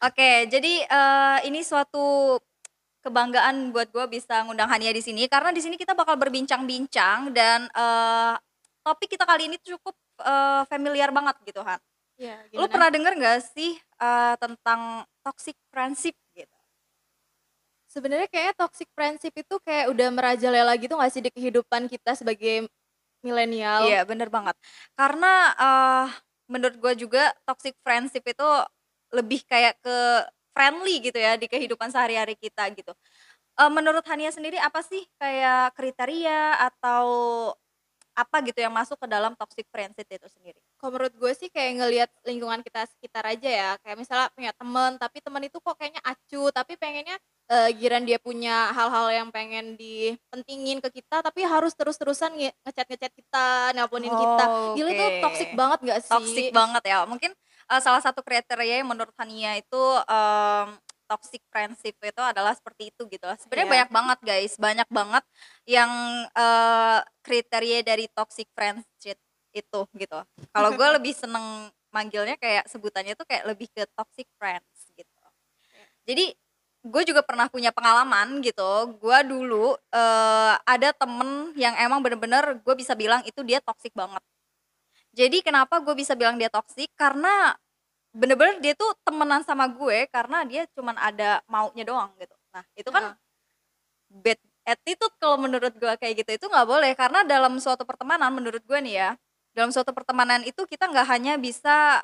Oke, jadi, ini suatu kebanggaan buat gue bisa ngundang Hania di sini, karena di sini kita bakal berbincang-bincang dan, topik kita kali ini cukup, familiar banget gitu, Han. Iya, Lu gimana? pernah denger nggak sih, tentang toxic friendship gitu? Sebenarnya kayaknya toxic friendship itu kayak udah merajalela gitu nggak sih di kehidupan kita sebagai milenial? Iya, bener banget. Karena, menurut gue juga toxic friendship itu lebih kayak ke friendly gitu ya di kehidupan sehari-hari kita gitu. Menurut Hania sendiri apa sih kayak kriteria atau apa gitu yang masuk ke dalam toxic friendship itu sendiri? Kalau menurut gue sih kayak ngelihat lingkungan kita sekitar aja ya, kayak misalnya punya temen, tapi temen itu kok kayaknya acuh, tapi pengennya, giliran dia punya hal-hal yang pengen dipentingin ke kita, tapi harus terus-terusan nge-chat kita, nelponin kita. Oh, Gila oke. itu toxic banget nggak Toxic sih? banget ya. Mungkin, salah satu kriteria yang menurut Hania itu, toxic friendship itu adalah seperti itu gitu. Sebenarnya Iya. banyak banget guys, banyak banget yang, kriteria dari toxic friendship itu gitu. Kalau gue lebih seneng manggilnya kayak sebutannya tuh kayak lebih ke toxic friends gitu. Jadi, gue juga pernah punya pengalaman gitu, gue dulu, ada temen yang emang bener-bener gue bisa bilang itu dia toxic banget. Jadi kenapa gue bisa bilang dia toxic, karena bener-bener dia tuh temenan sama gue karena dia cuman ada maunya doang gitu. Nah itu kan Heeh. bad attitude kalau menurut gue kayak gitu, itu nggak boleh karena dalam suatu pertemanan menurut gue nih ya, dalam suatu pertemanan itu kita nggak hanya bisa,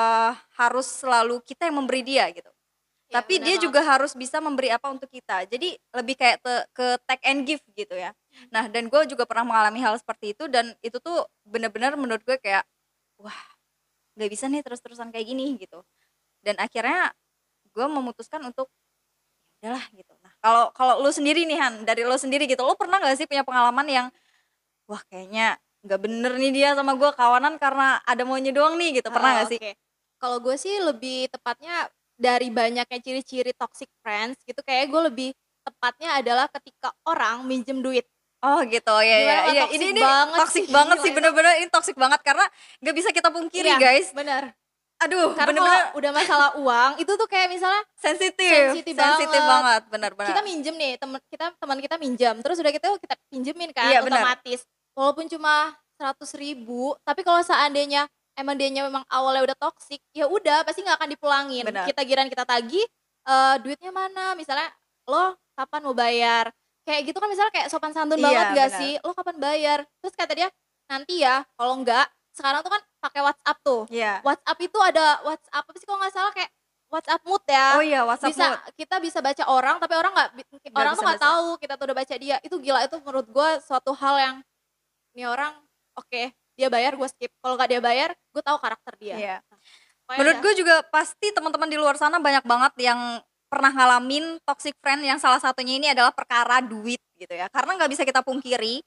harus selalu kita yang memberi dia gitu. Iya, Tapi benar dia banget. juga harus bisa memberi apa untuk kita. Jadi lebih kayak ke take and give gitu ya. Nah, dan gue juga pernah mengalami hal seperti itu dan itu tuh bener-bener menurut gue kayak, wah nggak bisa nih terus-terusan kayak gini gitu. Dan akhirnya gue memutuskan untuk, ya udahlah gitu. Nah, kalau kalau lu sendiri nih Han, dari lu sendiri gitu, lu pernah nggak sih punya pengalaman yang, wah kayaknya nggak bener nih dia sama gue kawanan karena ada maunya doang nih gitu, pernah Heeh, nggak sih? oke. Kalau gue sih lebih tepatnya dari banyaknya ciri-ciri toxic friends gitu, kayak gue lebih tepatnya adalah ketika orang minjem duit. Oh gitu, ya ya, Gimana nggak iya toxic ini banget sih, toxic banget gila sih, itu. bener-bener ini toxic banget karena nggak bisa kita pungkiri Iya, guys, bener. aduh Karena kalau bener-bener udah masalah uang, itu tuh kayak misalnya sensitif sensitif sensitif banget. banget, bener-bener. Kita minjem nih, teman kita minjem, terus udah gitu kita pinjemin kan Iya bener otomatis. Walaupun cuma 100.000, tapi kalau seandainya emang dianya memang awalnya udah toxic, ya udah pasti nggak akan dipulangin. bener, Kita giran kita tagih, duitnya mana? Misalnya, "Lo kapan mau bayar?" Kayak gitu kan misalnya kayak sopan santun banget iya nggak bener, sih? "Lo kapan bayar?" Terus kata dia, "Nanti ya, kalau enggak." Sekarang tuh kan pakai WhatsApp tuh. iya. WhatsApp itu ada WhatsApp apa sih kalau nggak salah kayak WhatsApp mood Oh ya. iya WhatsApp Bisa mood, kita bisa baca orang, tapi orang nggak nggak orang tuh bisa nggak baca. tahu kita tuh udah baca dia. Itu gila, itu menurut gue suatu hal yang, "Ini orang oke, dia bayar gue skip, kalau nggak dia bayar, gue tahu karakter dia." Iya. Nah, pokoknya Menurut udah gue juga pasti teman-teman di luar sana banyak banget yang pernah ngalamin toxic friend yang salah satunya ini adalah perkara duit gitu ya. Karena nggak bisa kita pungkiri,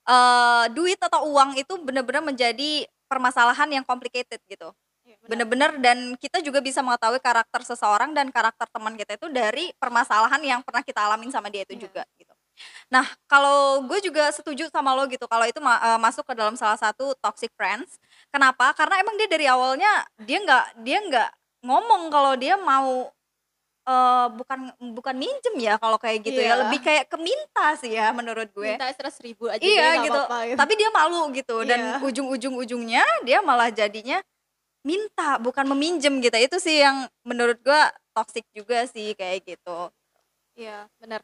duit atau uang itu bener-bener menjadi permasalahan yang complicated gitu. iya benar. Bener-bener dan kita juga bisa mengetahui karakter seseorang dan karakter teman kita itu dari permasalahan yang pernah kita alamin sama dia itu Iya. juga gitu. Nah, kalau gue juga setuju sama lo gitu, kalau itu masuk ke dalam salah satu toxic friends. Kenapa? Karena emang dia dari awalnya dia nggak ngomong kalau dia mau, bukan bukan minjem ya kalau kayak gitu ya, lebih Iya, kayak ke minta sih ya menurut gue. minta 100.000 aja deh Iya nggak gitu, apa-apa gitu. tapi dia malu gitu dan Iya, ujung-ujungnya dia malah jadinya minta, bukan meminjem gitu. Itu sih yang menurut gue toxic juga sih kayak gitu. iya benar.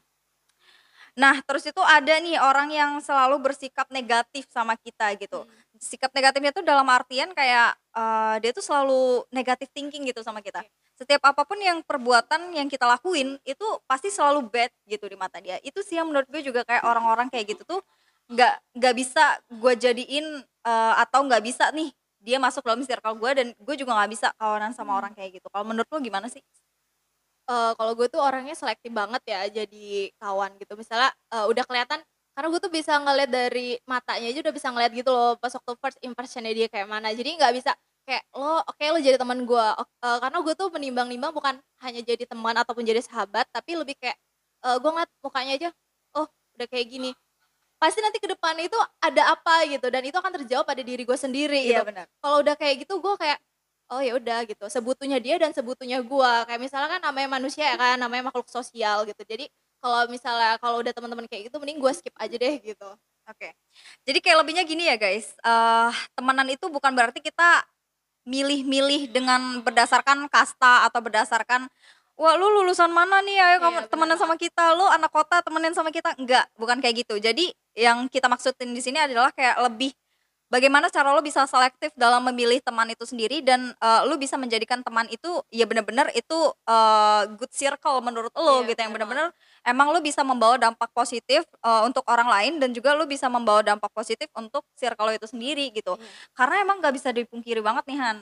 Nah, terus itu ada nih orang yang selalu bersikap negatif sama kita gitu. Mhm, Sikap negatifnya tuh dalam artian kayak, dia tuh selalu negative thinking gitu sama kita. oke. Setiap apapun yang perbuatan yang kita lakuin, itu pasti selalu bad gitu di mata dia. Itu sih yang menurut gue juga kayak orang-orang kayak gitu tuh nggak bisa gue jadiin, atau nggak bisa nih dia masuk dalam circle gue dan gue juga nggak bisa kawanan sama Mmm. orang kayak gitu. Kalau menurut lo gimana sih? Kalau gue tuh orangnya selektif banget ya jadi kawan gitu. Misalnya, udah kelihatan karena gue tuh bisa ngeliat dari matanya aja udah bisa ngeliat gitu loh pas waktu first impression-nya dia kayak mana. Jadi nggak bisa kayak, oke lo jadi teman gue." Karena gue tuh menimbang-nimbang bukan hanya jadi teman ataupun jadi sahabat, tapi lebih kayak, gue ngeliat mukanya aja, "Oh udah kayak gini, pasti nanti ke depannya itu ada apa," gitu, dan itu akan terjawab pada diri gue sendiri Iya gitu. benar. Kalau udah kayak gitu gue kayak, oh ya udah gitu, sebutunya dia dan sebutunya gua. Kayak misalnya kan namanya manusia ya kan, namanya makhluk sosial gitu. Jadi kalau misalnya kalau udah teman-teman kayak gitu mending gua skip aja deh gitu. Oke. Jadi kayak lebihnya gini ya guys, temenan itu bukan berarti kita milih-milih dengan berdasarkan kasta atau berdasarkan, "Wah lu lulusan mana nih, ayo Iya kamu benar temenan sama banget. kita, lu anak kota temenan sama kita." Enggak, bukan kayak gitu. Jadi yang kita maksudin di sini adalah kayak lebih bagaimana cara lo bisa selektif dalam memilih teman itu sendiri dan, lu bisa menjadikan teman itu ya bener-bener itu, good circle menurut lo Iya gitu, yang benar banget. bener-bener emang lo bisa membawa dampak positif, untuk orang lain dan juga lo bisa membawa dampak positif untuk circle lo itu sendiri gitu. Iya. Karena emang nggak bisa dipungkiri banget nih Han,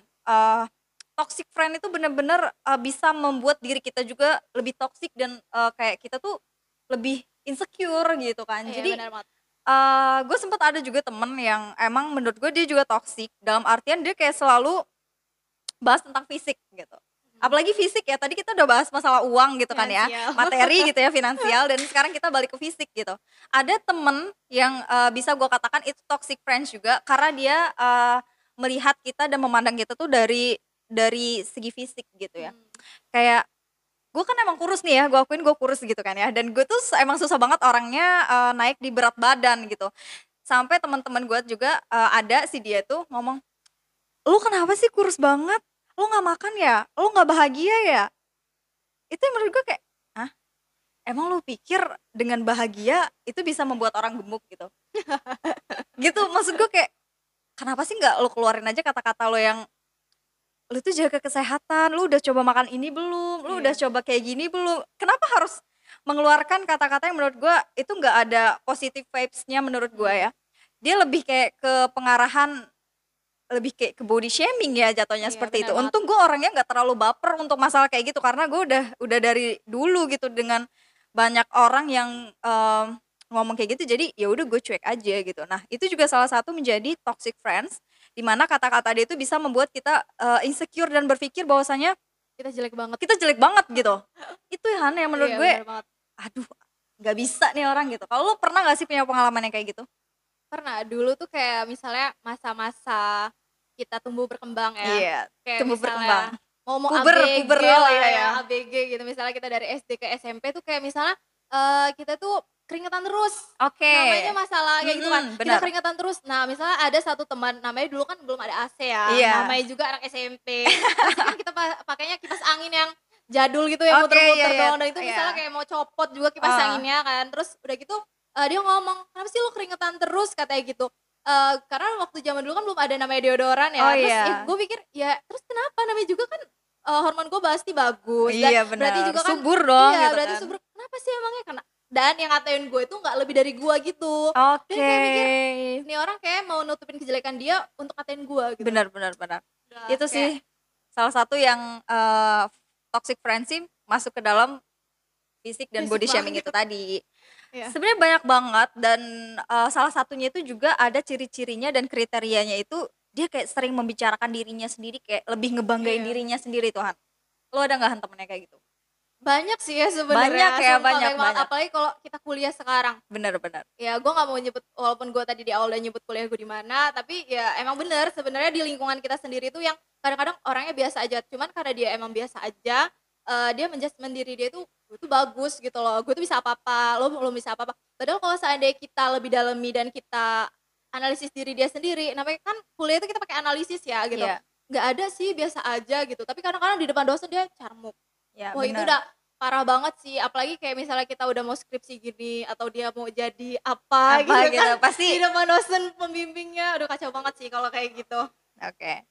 toxic friend itu bener-bener, bisa membuat diri kita juga lebih toxic dan, kayak kita tuh lebih insecure gitu kan. Iya Jadi benar banget. Gue sempet ada juga temen yang emang menurut gue dia juga toxic, dalam artian dia kayak selalu bahas tentang fisik gitu. Mhm. Apalagi fisik ya, tadi kita udah bahas masalah uang gitu kan ya, Finansial. materi gitu ya, finansial dan sekarang kita balik ke fisik gitu. Ada temen yang, bisa gue katakan itu toxic friends juga karena dia, melihat kita dan memandang kita tuh dari segi fisik gitu ya. Mmm. Kayak gue kan emang kurus nih ya, gue akuin gue kurus gitu kan ya, dan gue tuh emang susah banget orangnya, naik di berat badan gitu. Sampai teman-teman gue juga, ada si dia tuh ngomong, "Lu kenapa sih kurus banget? Lu nggak makan ya? Lu nggak bahagia ya?" Itu yang menurut gue kayak, "Hah? Emang lu pikir dengan bahagia itu bisa membuat orang gemuk gitu?" Gitu, maksud gue kayak, kenapa sih nggak lu keluarin aja kata-kata lo yang, "Lu tuh jaga kesehatan, lu udah coba makan ini belum? Lu udah Iya. coba kayak gini belum?" Kenapa harus mengeluarkan kata-kata yang menurut gua itu nggak ada positive vibes-nya menurut gua Mhm. ya. Dia lebih kayak ke pengarahan, lebih kayak ke body shaming ya jatuhnya Iya seperti benar itu. banget. Untung gua orangnya nggak terlalu baper untuk masalah kayak gitu karena gua udah dari dulu gitu dengan banyak orang yang, ngomong kayak gitu jadi ya udah gue cuek aja gitu. Nah itu juga salah satu menjadi toxic friends, di mana kata-kata dia itu bisa membuat kita, insecure dan berpikir bahwasanya Kita jelek banget. kita jelek banget gitu. Itu ya Han yang menurut Iya gue, benar banget. aduh nggak bisa nih orang gitu. Kalau lu pernah nggak sih punya pengalaman yang kayak gitu? Pernah, dulu tuh kayak misalnya masa-masa kita tumbuh berkembang ya, Iya, kayak tumbuh berkembang. misalnya mau Puber, ABG oh lah iya ya, ya. ABG gitu, misalnya kita dari SD ke SMP tuh kayak misalnya, kita tuh keringetan terus, Oke, namanya masalah kayak gitu kan, kita bener. keringetan terus. Nah, misalnya ada satu teman, namanya dulu kan belum ada AC ya, Iya. namanya juga anak SMP, pasti kan kita pakainya kipas angin yang jadul gitu yang Oke, iya muter-muter iya, doang, dan itu iya. misalnya kayak mau copot juga kipas Heeh. anginnya kan, terus udah gitu, dia ngomong, "Kenapa sih lu keringetan terus?" Katanya gitu. Karena waktu zaman dulu kan belum ada namanya deodoran Oh ya, terus ya iya. gue pikir, ya terus kenapa, namanya juga kan, hormon gue pasti bagus dan Iya berarti bener, juga kan subur dong iya, gitu berarti kan. subur, kenapa sih emangnya, dan yang ngatain gue itu nggak lebih dari gue gitu. Dan Oke. kayak mikir, "Nih orang kayak mau nutupin kejelekan dia untuk ngatain gue," gitu. Bener bener bener. Udah Itu kayak sih salah satu yang, toxic friendship masuk ke dalam fisik dan berisik body shaming banget. itu tadi. Iya. Sebenarnya banyak banget dan, salah satunya itu juga ada ciri-cirinya dan kriterianya itu dia kayak sering membicarakan dirinya sendiri, kayak lebih ngebanggain Iya. dirinya sendiri tuh, Han. Lo ada nggak Han temen yang kayak gitu? Banyak sih ya Banyak sebenarnya, ya, sumpah banyak banyak banget, banyak. apalagi kalau kita kuliah sekarang. Bener bener. Ya gue nggak mau nyebut, walaupun gue tadi di awal udah nyebut kuliah gue di mana, tapi ya emang bener sebenarnya di lingkungan kita sendiri tuh yang kadang-kadang orangnya biasa aja, cuman karena dia emang biasa aja, dia men-judgement diri dia tuh, "Gue tuh bagus," gitu loh, "Gue tuh bisa apa-apa, lo belum bisa apa-apa." Padahal kalau seandainya kita lebih dalemi dan kita analisis diri dia sendiri, namanya kan kuliah itu kita pakai analisis ya gitu, Iya, nggak ada sih, biasa aja gitu, tapi kadang-kadang di depan dosen dia carmuk. iya Wah itu bener. udah parah banget sih, apalagi kayak misalnya kita udah mau skripsi gini, atau dia mau jadi apa Apa gitu gitu, kan, pasti di depan dosen pembimbingnya, aduh kacau banget sih kalau kayak gitu. oke.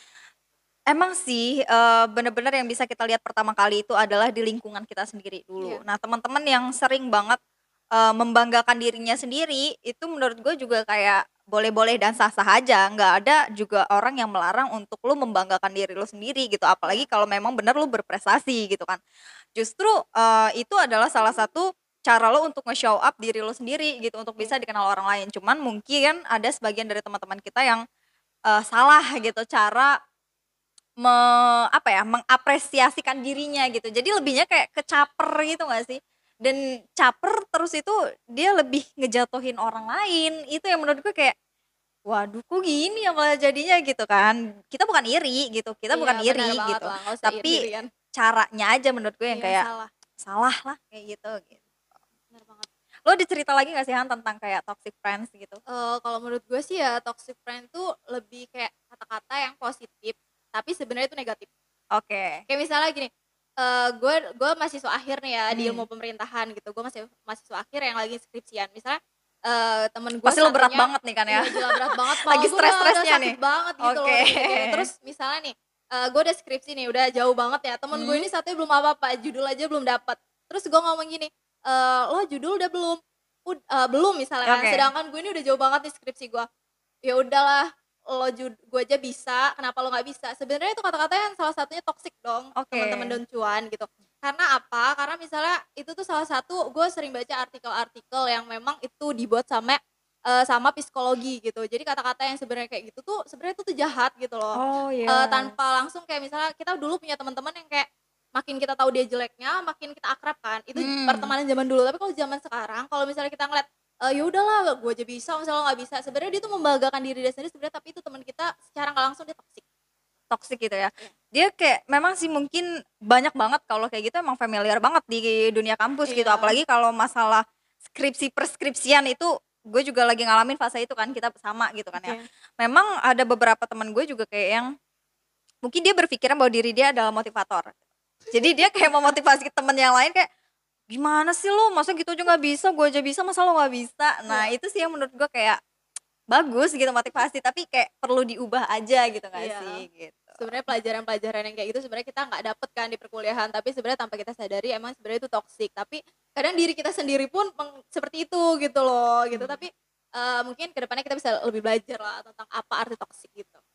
Emang sih, bener-bener yang bisa kita lihat pertama kali itu adalah di lingkungan kita sendiri dulu. Iya, Nah, teman-teman yang sering banget, membanggakan dirinya sendiri, itu menurut gue juga kayak boleh-boleh dan sah-sah aja, nggak ada juga orang yang melarang untuk lu membanggakan diri lu sendiri gitu, apalagi iya, kalau memang bener lu berprestasi gitu kan. Justru, itu adalah salah satu cara lo untuk nge-show up diri lo sendiri gitu, untuk iya, bisa dikenal orang lain. Cuman mungkin ada sebagian dari teman-teman kita yang, salah gitu cara Me apa ya, mengapresiasikan dirinya gitu. Jadi lebihnya kayak ke caper gitu nggak sih? Dan caper terus itu dia lebih ngejatuhin orang lain, itu yang menurut gue kayak, waduh kok gini ya malah jadinya gitu kan. Kita bukan iri gitu, kita Iya bukan benar iri banget gitu. lah, nggak usah Tapi iri-irian. caranya aja menurut gue yang Iya kayak salah, salah lah kayak gitu. benar banget. Lo ada cerita lagi gak sih Han tentang kayak toxic friends gitu? Kalau menurut gue sih ya toxic friend tuh lebih kayak kata-kata yang positif, tapi sebenarnya itu negatif. Oke. Kayak misalnya gini, gue mahasiswa akhir nih ya di ilmu Hmm. pemerintahan gitu, gue masih mahasiswa akhir yang lagi skripsian. Misalnya, temen gue Pasti lo berat satunya banget nih kan ya? iya gila berat banget, kepala Lagi gue udah stres-stresnya nih? sakit banget gitu loh Oke. dipikir-pikirin. Terus misalnya nih, gue udah skripsi nih, udah jauh banget ya, temen gue Hmm? ini satunya belum apa-apa, judul aja belum dapat. Terus gue ngomong gini, "Lo judul udah belum?" Belum misalnya kan, Oke. sedangkan gue ini udah jauh banget nih skripsi gue. Ya udahlah, gue aja bisa, kenapa lo nggak bisa? Sebenarnya itu kata-kata yang salah satunya toxic dong, Oke. teman-teman Don Cuan gitu. Karena apa? Karena misalnya itu tuh salah satu gue sering baca artikel-artikel yang memang itu dibuat sama psikologi gitu. Jadi kata-kata yang sebenarnya kayak gitu tuh sebenarnya itu tuh jahat gitu loh. Oh ya. Tanpa langsung kayak misalnya kita dulu punya teman-teman yang kayak makin kita tahu dia jeleknya, makin kita akrab kan. Itu Hmm. pertemanan zaman dulu. Tapi kalau zaman sekarang, kalau misalnya kita ngeliat ya udahlah gue aja bisa, misalnya lo nggak bisa. Sebenarnya dia tuh membanggakan diri dia sendiri sebenarnya, tapi itu teman kita secara nggak langsung dia toksik. Toxic gitu ya. Iya. Dia kayak memang sih mungkin banyak banget kalau kayak gitu emang familiar banget di dunia kampus gitu. Iya. Apalagi kalau masalah skripsi perskripsian itu gue juga lagi ngalamin fase itu kan kita sama gitu kan ya. Oke. Memang ada beberapa teman gue juga kayak yang mungkin dia berpikiran bahwa diri dia adalah motivator. Jadi dia kayak memotivasi temen yang lain kayak gimana sih lo masa gitu aja nggak bisa gue aja bisa masa lo nggak bisa. Nah Iya. itu sih yang menurut gue kayak bagus gitu motivasi tapi kayak perlu diubah aja gitu nggak Iya. sih gitu. Sebenarnya pelajaran-pelajaran yang kayak gitu sebenarnya kita nggak dapet kan di perkuliahan, tapi sebenarnya tanpa kita sadari emang sebenarnya itu toksik. Tapi kadang diri kita sendiri pun seperti itu gitu loh, gitu. Hmm. Tapi, mungkin ke depannya kita bisa lebih belajar lah tentang apa arti toksik gitu.